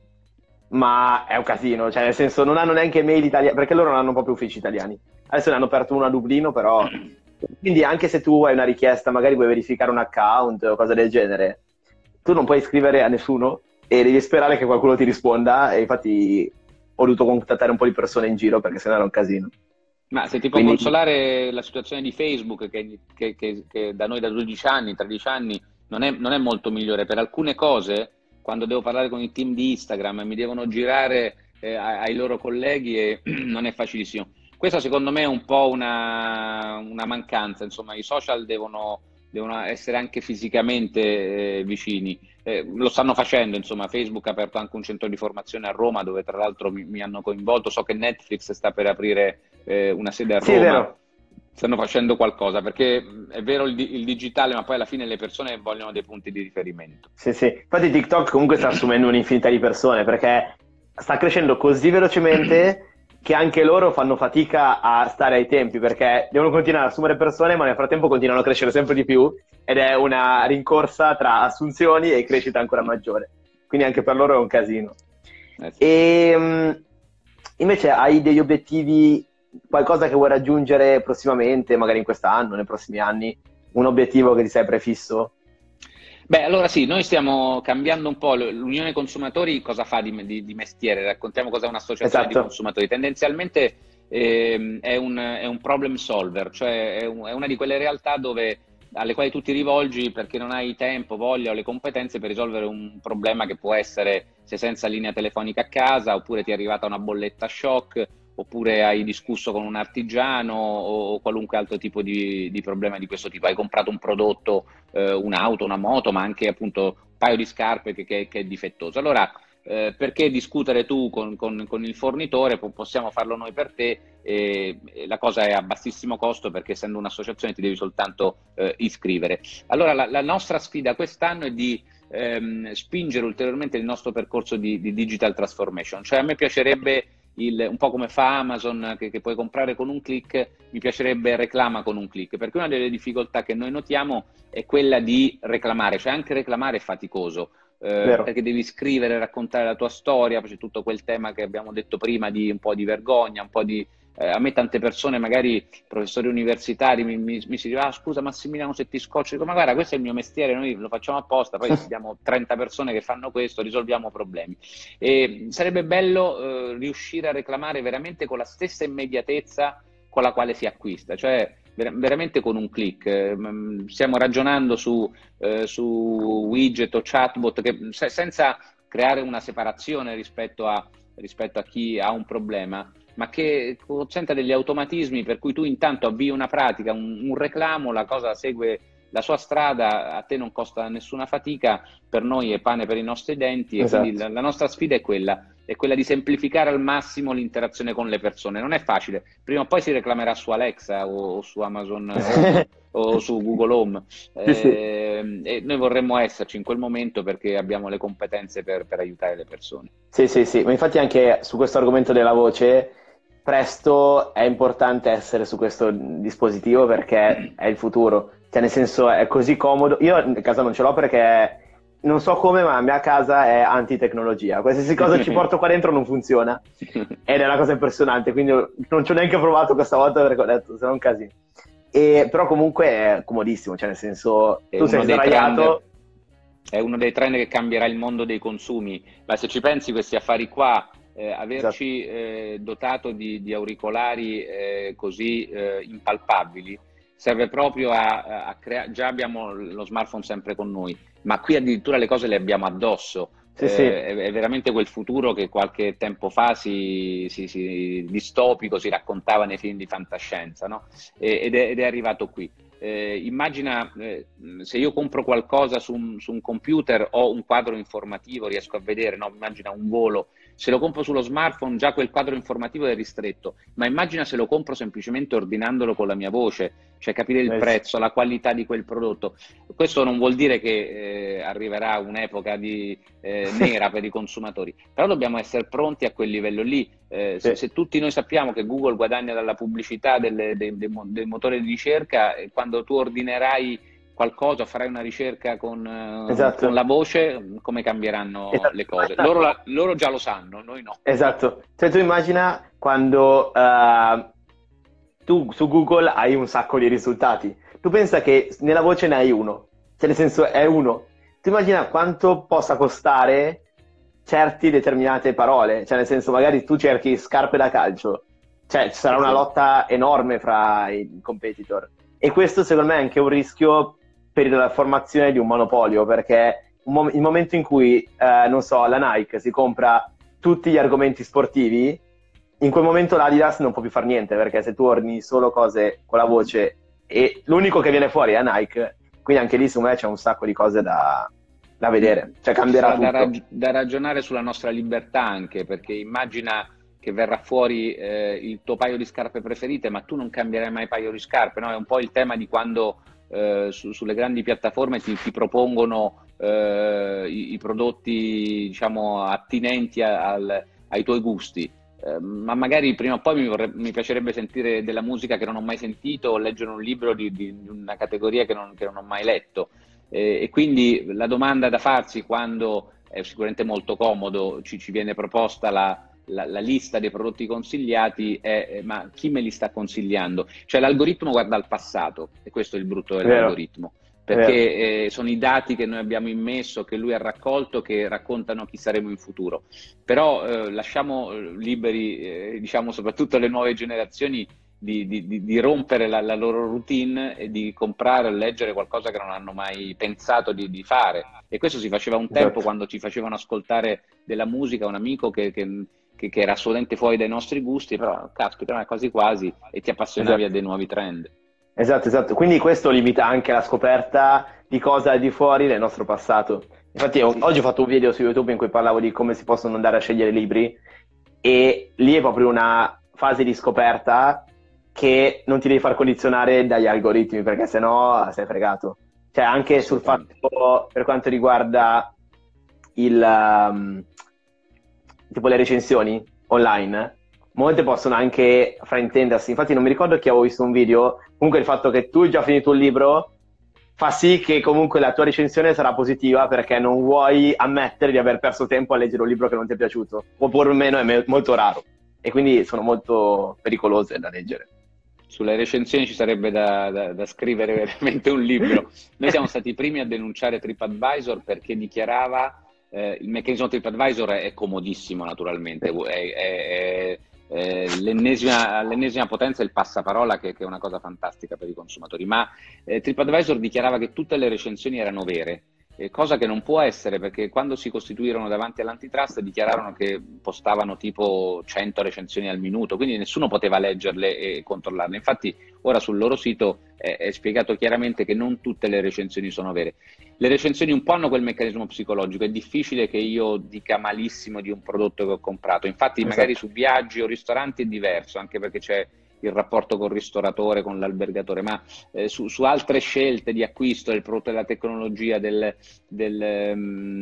ma è un casino, cioè nel senso non hanno neanche mail italiane, perché loro non hanno proprio uffici italiani. Adesso ne hanno aperto uno a Dublino, però quindi anche se tu hai una richiesta, magari vuoi verificare un account o cose del genere, tu non puoi scrivere a nessuno e devi sperare che qualcuno ti risponda, e infatti ho dovuto contattare un po' di persone in giro, perché sennò era un casino. Ma se ti può Quindi- consolare la situazione di Facebook, che, che- che- che da noi da dodici anni, tredici anni, non è, non è molto migliore. Per alcune cose, quando devo parlare con il team di Instagram, mi devono girare eh, ai ai loro colleghi, e non è facilissimo. Questa secondo me è un po' una, una mancanza, insomma, i social devono, devono essere anche fisicamente eh, vicini. Eh, lo stanno facendo, insomma. Facebook ha aperto anche un centro di formazione a Roma, dove tra l'altro mi, mi hanno coinvolto. So che Netflix sta per aprire eh, una sede a Sì, è Roma. vero. Stanno facendo qualcosa, perché mh, è vero il, di- il digitale, ma poi alla fine le persone vogliono dei punti di riferimento. Sì, sì. Infatti TikTok comunque sta assumendo un'infinità di persone, perché sta crescendo così velocemente che anche loro fanno fatica a stare ai tempi, perché devono continuare ad assumere persone, ma nel frattempo continuano a crescere sempre di più, ed è una rincorsa tra assunzioni e crescita ancora maggiore. Quindi anche per loro è un casino. Eh sì. E mh, invece hai degli obiettivi, qualcosa che vuoi raggiungere prossimamente, magari in quest'anno, nei prossimi anni, un obiettivo che ti sei prefisso? Beh, allora sì, noi stiamo cambiando un po'. L'Unione Consumatori cosa fa di, di- di mestiere? Raccontiamo cos'è un'associazione Esatto. di consumatori. Tendenzialmente ehm, è un, è un problem solver, cioè è, un- è una di quelle realtà dove, alle quali tu ti rivolgi perché non hai tempo, voglia o le competenze per risolvere un problema che può essere: sei senza linea telefonica a casa, oppure ti è arrivata una bolletta shock, oppure hai discusso con un artigiano, o qualunque altro tipo di, di problema di questo tipo. Hai comprato un prodotto, eh, un'auto, una moto, ma anche appunto un paio di scarpe che, che- che è difettoso. Allora, eh, perché discutere tu con, con- con il fornitore? Po- possiamo farlo noi per te, e, e la cosa è a bassissimo costo, perché essendo un'associazione ti devi soltanto eh, iscrivere. Allora, la, la nostra sfida quest'anno è di ehm, spingere ulteriormente il nostro percorso di, di digital transformation. Cioè, a me piacerebbe il, un po' come fa Amazon, che, che puoi comprare con un click, mi piacerebbe reclama con un click, perché una delle difficoltà che noi notiamo è quella di reclamare, cioè anche reclamare è faticoso. Eh, perché devi scrivere, raccontare la tua storia, c'è tutto quel tema che abbiamo detto prima di un po' di vergogna, un po' di... Eh, a me tante persone, magari professori universitari, mi, mi, mi si dice, ah scusa Massimiliano se ti scocci, dico, ma guarda questo è il mio mestiere, noi lo facciamo apposta, poi abbiamo trenta persone che fanno questo, risolviamo problemi. E sarebbe bello eh, riuscire a reclamare veramente con la stessa immediatezza con la quale si acquista, cioè veramente con un click. Stiamo ragionando su, eh, su widget o chatbot che, se, senza creare una separazione rispetto a, rispetto a chi ha un problema, ma che consenta degli automatismi per cui tu intanto avvii una pratica, un, un reclamo, la cosa segue la sua strada, a te non costa nessuna fatica, per noi è pane per i nostri denti. Esatto. E quindi la, la nostra sfida è quella, è quella di semplificare al massimo l'interazione con le persone. Non è facile, prima o poi si reclamerà su Alexa o, o su Amazon o, o su Google Home, eh, sì. E noi vorremmo esserci in quel momento perché abbiamo le competenze per, per aiutare le persone. Sì, sì, sì, ma infatti anche su questo argomento della voce, presto è importante essere su questo dispositivo perché è il futuro. Cioè, nel senso, è così comodo. Io a casa non ce l'ho perché non so come, ma la mia casa è antitecnologia. Qualsiasi cosa ci porto qua dentro non funziona ed è una cosa impressionante. Quindi non ci ho neanche provato questa volta perché ho detto, se no è un casino. E, però comunque è comodissimo, cioè nel senso, è tu sei sdraiato. È uno dei trend che cambierà il mondo dei consumi. Ma se ci pensi, questi affari qua, eh, averci esatto. eh, dotato di, di auricolari eh, così eh, impalpabili, serve proprio a, a creare, già abbiamo lo smartphone sempre con noi, ma qui addirittura le cose le abbiamo addosso. Sì, eh, sì. È, è veramente quel futuro che qualche tempo fa si, si, si distopico si raccontava nei film di fantascienza, no? E, ed, è, ed è arrivato qui. Eh, immagina eh, se io compro qualcosa su un, su un computer, ho un quadro informativo, riesco a vedere, no? Immagina un volo. Se lo compro sullo smartphone già quel quadro informativo è ristretto, ma immagina se lo compro semplicemente ordinandolo con la mia voce, cioè capire il prezzo, la qualità di quel prodotto. Questo non vuol dire che eh, arriverà un'epoca di, eh, nera per i consumatori, però dobbiamo essere pronti a quel livello lì. Eh, se, se tutti noi sappiamo che Google guadagna dalla pubblicità delle, dei, dei, dei motori di ricerca, e quando tu ordinerai qualcosa, farai una ricerca con, esatto. con la voce, come cambieranno esatto. le cose? Loro, la, loro già lo sanno, noi no. Esatto, cioè tu immagina quando uh, tu su Google hai un sacco di risultati, tu pensa che nella voce ne hai uno, cioè nel senso è uno, tu immagina quanto possa costare certi determinate parole, cioè nel senso magari tu cerchi scarpe da calcio, cioè ci sarà una lotta enorme fra i competitor, e questo secondo me è anche un rischio per la formazione di un monopolio, perché un mom- il momento in cui, eh, non so, la Nike si compra tutti gli argomenti sportivi, in quel momento l'Adidas non può più fare niente, perché se tu ordini solo cose con la voce e l'unico che viene fuori è Nike, quindi anche lì secondo me c'è un sacco di cose da, da vedere, cioè cambierà tutto. Da, rag- da ragionare sulla nostra libertà anche, perché immagina che verrà fuori eh, il tuo paio di scarpe preferite, ma tu non cambierai mai paio di scarpe, no? È un po' il tema di quando eh, su, sulle grandi piattaforme ti, ti propongono eh, i, i prodotti, diciamo, attinenti a, al, ai tuoi gusti. Eh, ma magari prima o poi mi, vorrebbe, mi piacerebbe sentire della musica che non ho mai sentito, o leggere un libro di, di, di una categoria che non, che non ho mai letto. Eh, e quindi la domanda da farsi, quando è sicuramente molto comodo, ci, ci viene proposta la La, la lista dei prodotti consigliati è, eh, ma chi me li sta consigliando? Cioè l'algoritmo guarda al passato, e questo è il brutto dell'algoritmo, perché eh, sono i dati che noi abbiamo immesso, che lui ha raccolto, che raccontano chi saremo in futuro. Però eh, lasciamo liberi, eh, diciamo, soprattutto le nuove generazioni, di, di, di, di rompere la, la loro routine e di comprare o leggere qualcosa che non hanno mai pensato di, di fare. E questo si faceva un tempo, esatto. quando ci facevano ascoltare della musica, un amico che, che Che, che era assolutamente fuori dai nostri gusti, però caspita, ma quasi quasi, e ti appassionavi esatto. a dei nuovi trend. Esatto, esatto. Quindi questo limita anche la scoperta di cosa è di fuori del nostro passato. Infatti sì. oggi ho fatto un video su YouTube in cui parlavo di come si possono andare a scegliere libri, e lì è proprio una fase di scoperta che non ti devi far condizionare dagli algoritmi, perché sennò sei fregato. Cioè anche sul fatto, per quanto riguarda il... Um, tipo le recensioni online, molte possono anche fraintendersi. Infatti non mi ricordo chi avevo visto un video, comunque il fatto che tu hai già finito un libro fa sì che comunque la tua recensione sarà positiva perché non vuoi ammettere di aver perso tempo a leggere un libro che non ti è piaciuto, o perlomeno è me- molto raro, e quindi sono molto pericolose da leggere. Sulle recensioni ci sarebbe da, da, da scrivere veramente un libro. Noi siamo stati i primi a denunciare TripAdvisor perché dichiarava, eh, il meccanismo TripAdvisor è, è comodissimo naturalmente, è, è, è, è l'ennesima, l'ennesima potenza, il passaparola che, che è una cosa fantastica per i consumatori, ma eh, TripAdvisor dichiarava che tutte le recensioni erano vere. Eh, cosa che non può essere, perché quando si costituirono davanti all'antitrust dichiararono che postavano tipo cento recensioni al minuto, quindi nessuno poteva leggerle e controllarle. Infatti ora sul loro sito è, è spiegato chiaramente che non tutte le recensioni sono vere. Le recensioni un po' hanno quel meccanismo psicologico, è difficile che io dica malissimo di un prodotto che ho comprato, infatti esatto. Magari su viaggi o ristoranti è diverso, anche perché c'è il rapporto col ristoratore, con l'albergatore, ma eh, su, su altre scelte di acquisto del prodotto della tecnologia, del, del,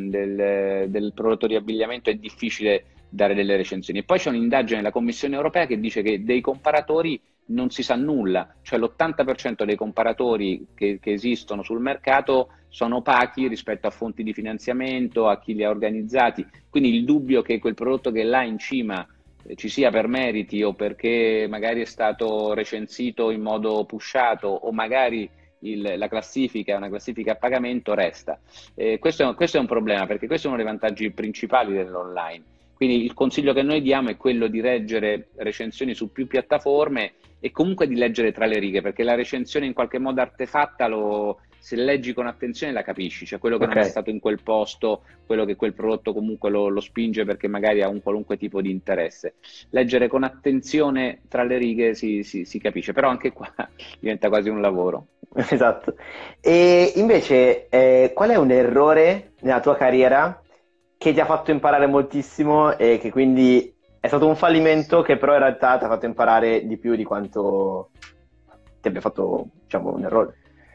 del, del prodotto di abbigliamento è difficile dare delle recensioni. E poi c'è un'indagine della Commissione europea che dice che dei comparatori non si sa nulla, cioè l'ottanta per cento dei comparatori che, che esistono sul mercato sono opachi rispetto a fonti di finanziamento, a chi li ha organizzati, quindi il dubbio che quel prodotto che è là in cima ci sia per meriti o perché magari è stato recensito in modo pushato o magari il, la classifica è una classifica a pagamento resta. Eh, questo, è, questo è un problema perché questo è uno dei vantaggi principali dell'online. Quindi il consiglio che noi diamo è quello di leggere recensioni su più piattaforme e comunque di leggere tra le righe, perché la recensione in qualche modo artefatta lo, se leggi con attenzione la capisci, cioè quello che okay. non è stato in quel posto, quello che quel prodotto comunque lo, lo spinge perché magari ha un qualunque tipo di interesse. Leggere con attenzione tra le righe si, si, si capisce, però anche qua diventa quasi un lavoro. Esatto. E invece eh, qual è un errore nella tua carriera che ti ha fatto imparare moltissimo e che quindi è stato un fallimento che però in realtà ti ha fatto imparare di più di quanto ti abbia fatto, diciamo, un errore?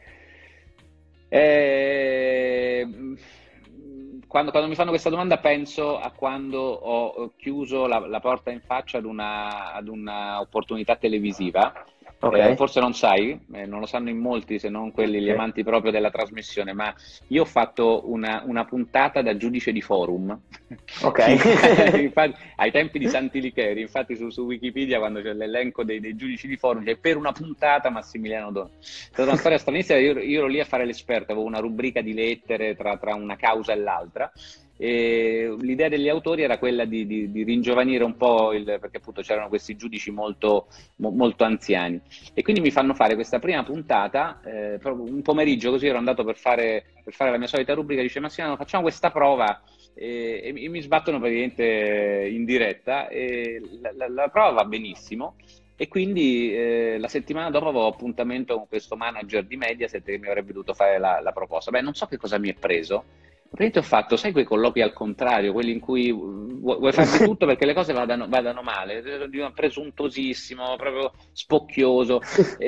Eh, quando, quando mi fanno questa domanda penso a quando ho chiuso la, la porta in faccia ad una, ad una opportunità televisiva. Okay. Eh, forse non sai, eh, non lo sanno in molti se non quelli, okay. Gli amanti proprio della trasmissione, ma io ho fatto una, una puntata da giudice di forum. Ok. Infatti, ai tempi di Santi Licheri, infatti su, su Wikipedia quando c'è l'elenco dei, dei giudici di forum c'è per una puntata Massimiliano Dona. È stata una storia stranissima, io, io ero lì a fare l'esperto, avevo una rubrica di lettere tra, tra una causa e l'altra. E l'idea degli autori era quella di, di, di ringiovanire un po' il, perché appunto c'erano questi giudici molto, mo, molto anziani e quindi mi fanno fare questa prima puntata eh, proprio un pomeriggio, così ero andato per fare, per fare la mia solita rubrica, dice Massimiliano facciamo questa prova e, e, e mi sbattono praticamente in diretta e la, la, la prova va benissimo. E quindi eh, la settimana dopo avevo appuntamento con questo manager di Mediaset che mi avrebbe dovuto fare la, la proposta. Beh, non so che cosa mi è preso. Praticamente ho fatto, sai, quei colloqui al contrario, quelli in cui vuoi, vuoi fare di tutto perché le cose vadano, vadano male, presuntuosissimo, proprio spocchioso.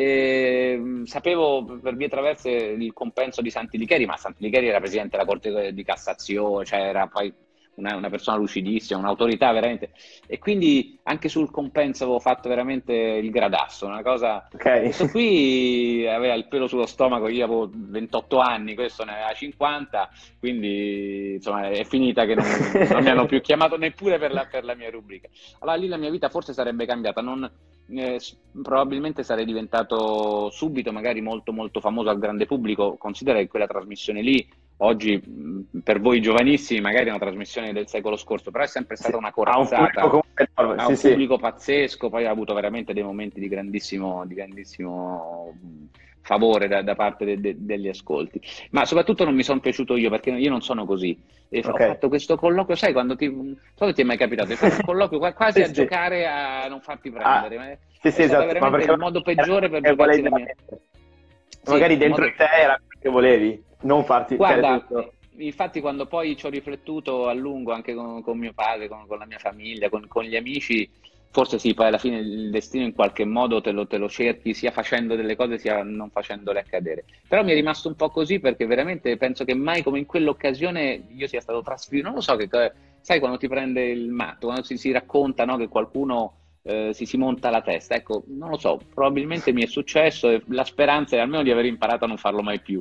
E, sapevo per vie traverse il compenso di Santi Licheri, ma Santi Licheri era presidente della Corte di Cassazione, cioè era poi Una, una persona lucidissima, un'autorità veramente, e quindi anche sul compenso avevo fatto veramente il gradasso, una cosa. Okay. Questo qui aveva il pelo sullo stomaco, io avevo ventotto anni, questo ne aveva cinquanta, quindi insomma è finita che non, non mi hanno più chiamato neppure per la, per la mia rubrica. Allora lì la mia vita forse sarebbe cambiata, non, eh, probabilmente sarei diventato subito magari molto molto famoso al grande pubblico. Considera che quella trasmissione lì oggi per voi giovanissimi magari è una trasmissione del secolo scorso, però è sempre stata una corazzata, ha un pubblico, ha un sì, pubblico sì. pazzesco, poi ha avuto veramente dei momenti di grandissimo, di grandissimo favore da, da parte de, de, degli ascolti, ma soprattutto non mi sono piaciuto io perché io non sono così e okay. Ho fatto questo colloquio, sai quando ti, non so se ti è mai capitato di fare un colloquio quasi sì, a sì. giocare a non farti prendere, ah, ma è, sì, è sì, esatto. veramente ma perché il modo peggiore per giocarsi la mia... magari sì, dentro modo... te era quello che volevi, non farti... Guarda, infatti quando poi ci ho riflettuto a lungo anche con, con mio padre, con, con la mia famiglia, con, con gli amici, forse sì, poi alla fine il destino in qualche modo te lo, te lo cerchi sia facendo delle cose sia non facendole accadere. Però mi è rimasto un po' così perché veramente penso che mai come in quell'occasione io sia stato trasferito, non lo so, che sai quando ti prende il matto, quando si, si racconta, no, che qualcuno eh, si, si monta la testa. Ecco, non lo so, probabilmente mi è successo e la speranza è almeno di aver imparato a non farlo mai più.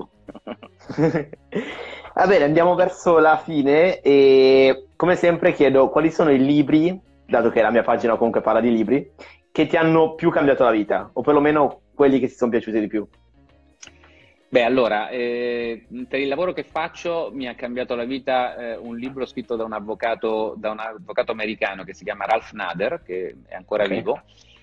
Va bene, andiamo verso la fine e come sempre chiedo quali sono i libri, dato che la mia pagina comunque parla di libri, che ti hanno più cambiato la vita, o perlomeno quelli che ti sono piaciuti di più. Beh, allora, eh, per il lavoro che faccio mi ha cambiato la vita eh, un libro scritto da un avvocato, da un avvocato americano che si chiama Ralph Nader, che è ancora Ok. vivo,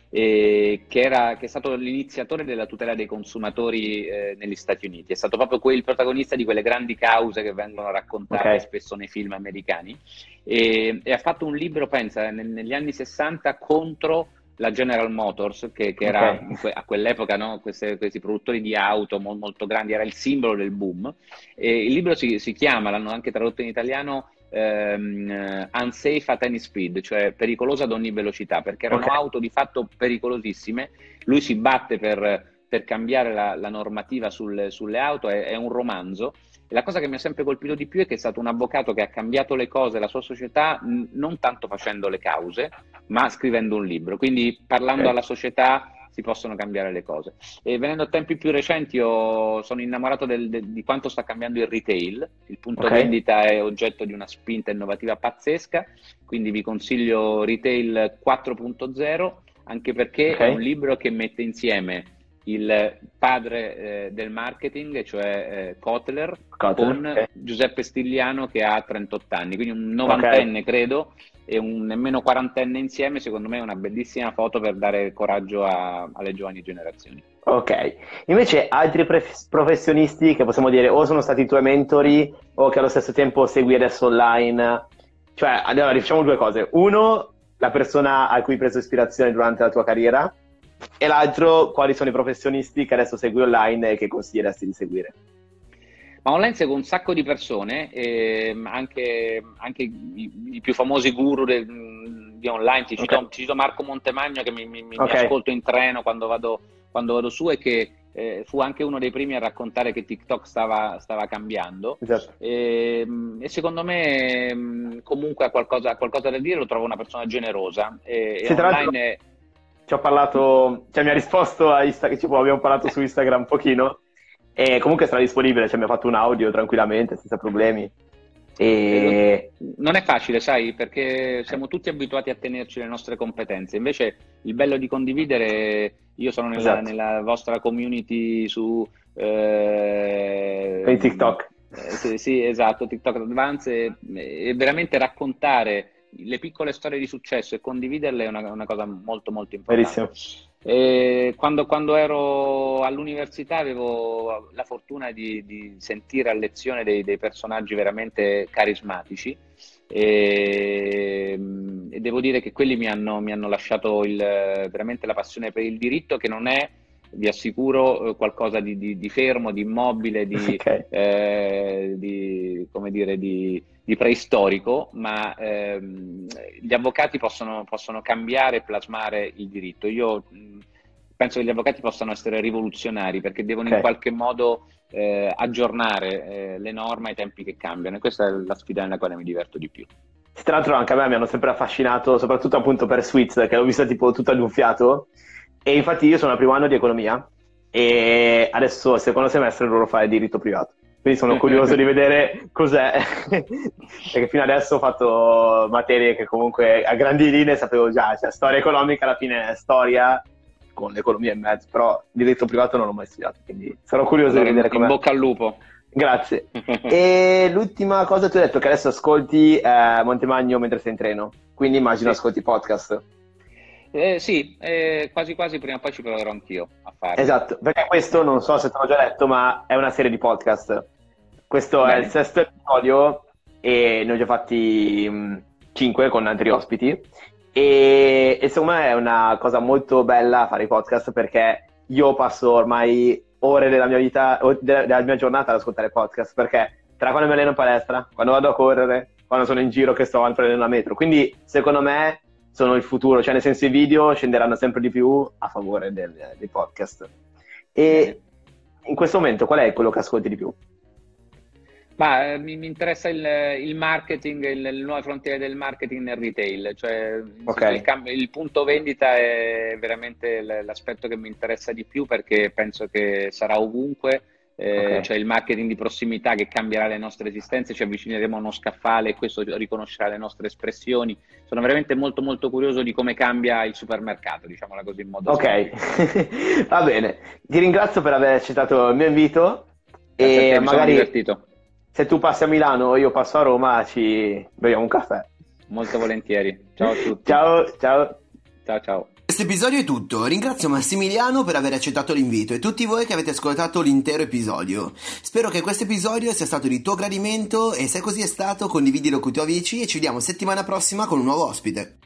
e che, era, che è stato l'iniziatore della tutela dei consumatori eh, negli Stati Uniti. È stato proprio quel protagonista di quelle grandi cause che vengono raccontate Ok. spesso nei film americani. E, e ha fatto un libro, pensa, nel- negli anni sessanta contro la General Motors, che, che era Ok. in que- a quell'epoca, no, queste- questi produttori di auto mo- molto grandi, era il simbolo del boom. E il libro si, si chiama, l'hanno anche tradotto in italiano, ehm, eh, Unsafe at Any Speed, cioè pericolosa ad ogni velocità, perché erano Ok. auto di fatto pericolosissime. Lui si batte per, per cambiare la, la normativa sul- sulle auto, è, è un romanzo. E la cosa che mi ha sempre colpito di più è che è stato un avvocato che ha cambiato le cose, la sua società, mh, non tanto facendo le cause, ma scrivendo un libro. Quindi parlando Ok. alla società si possono cambiare le cose. E venendo a tempi più recenti, io sono innamorato del- del- di quanto sta cambiando il retail. Il punto Ok. vendita è oggetto di una spinta innovativa pazzesca, quindi vi consiglio Retail quattro punto zero, anche perché Ok. è un libro che mette insieme il padre eh, del marketing, cioè eh, Kotler, Kotler, con ok. Giuseppe Stigliano che ha trentotto anni, quindi un Ok. novantenne credo e un nemmeno quarantenne insieme. Secondo me è una bellissima foto per dare coraggio a- alle giovani generazioni. Ok, invece altri pre- professionisti che possiamo dire o sono stati i tuoi mentori o che allo stesso tempo segui adesso online, cioè allora diciamo due cose: uno, la persona a cui hai preso ispirazione durante la tua carriera, e l'altro, quali sono i professionisti che adesso segui online e che consiglieresti di seguire. Ma online seguo un sacco di persone, ehm, anche, anche i, i più famosi guru del- di online. Ti cito, Ok. ti cito Marco Montemagno, che mi, mi- mi Ok. ascolto in treno quando vado, quando vado su, e che eh, fu anche uno dei primi a raccontare che TikTok stava, stava cambiando. Esatto. E, e secondo me mh, comunque ha qualcosa, ha qualcosa da dire, lo trovo una persona generosa. E, e Sì, tra l'altro online è- ci ho parlato, cioè mi ha risposto a Instagram, tipo, abbiamo parlato su Instagram un pochino e comunque sarà disponibile, cioè mi ha fatto un audio tranquillamente, senza problemi. E Non è facile, sai, perché siamo tutti abituati a tenerci le nostre competenze. Invece il bello di condividere, io sono nella, esatto, nella vostra community su eh, per TikTok. eh, sì, sì, esatto, TikTok Advance, e, e veramente raccontare le piccole storie di successo e condividerle è una, una cosa molto molto importante. Verissimo. E quando, quando ero all'università avevo la fortuna di, di sentire a lezione dei, dei personaggi veramente carismatici e, e devo dire che quelli mi hanno, mi hanno lasciato il, veramente la passione per il diritto, che non è, vi assicuro, eh, qualcosa di, di- di fermo, di immobile, di, Ok. eh, di, come dire, di, di preistorico, ma ehm, gli avvocati possono, possono cambiare e plasmare il diritto. Io mh, penso che gli avvocati possano essere rivoluzionari, perché devono in Ok. qualche modo eh, aggiornare eh, le norme ai tempi che cambiano, e questa è la sfida nella quale mi diverto di più. Tra l'altro anche a me mi hanno sempre affascinato, soprattutto appunto per Sweets, che l'ho vista tipo tutta di un fiato, e infatti io sono al primo anno di economia e adesso secondo semestre dovrò fare diritto privato, quindi sono curioso di vedere cos'è, perché fino adesso ho fatto materie che comunque a grandi linee sapevo già, cioè storia economica alla fine è storia con l'economia in mezzo, però diritto privato non l'ho mai studiato, quindi sarò curioso Allora, di vedere in, in com'è. bocca al lupo. Grazie. E l'ultima cosa, tu hai detto che adesso ascolti eh, Montemagno mentre sei in treno, quindi immagino Sì. ascolti podcast. Eh, sì, eh, quasi quasi prima o poi ci proverò anch'io a farlo. Esatto, perché questo non so se te l'ho già detto, ma è una serie di podcast. Questo è Bene. il sesto episodio e ne ho già fatti mh, cinque con altri ospiti e, e secondo me è una cosa molto bella fare i podcast, perché io passo ormai ore della mia vita, o de- della mia giornata ad ascoltare podcast, perché tra quando mi alleno in palestra, quando vado a correre, quando sono in giro che sto prendendo la metro, quindi secondo me sono il futuro, cioè nel senso i video scenderanno sempre di più a favore del, dei podcast. E Bene. in questo momento qual è quello che ascolti di più? Ma eh, mi, mi interessa il, il marketing, il- le nuove frontiere del marketing nel retail, cioè Ok, insisto, il, cam- il punto vendita è veramente l- l'aspetto che mi interessa di più perché penso che sarà ovunque, eh, ok. cioè il marketing di prossimità che cambierà le nostre esistenze, ci avvicineremo a uno scaffale e questo riconoscerà le nostre espressioni. Sono veramente molto molto curioso di come cambia il supermercato, diciamola così in modo semplice. Ok, va bene. Ti ringrazio per aver accettato il mio invito Grazie a e te, mi sono magari divertito, se tu passi a Milano o io passo a Roma ci beviamo un caffè. molto volentieri. Ciao a tutti, Ciao, ciao. ciao ciao. Questo episodio è tutto, ringrazio Massimiliano per aver accettato l'invito e tutti voi che avete ascoltato l'intero episodio. Spero che questo episodio sia stato di tuo gradimento e se così è stato condividilo con i tuoi amici e ci vediamo settimana prossima con un nuovo ospite.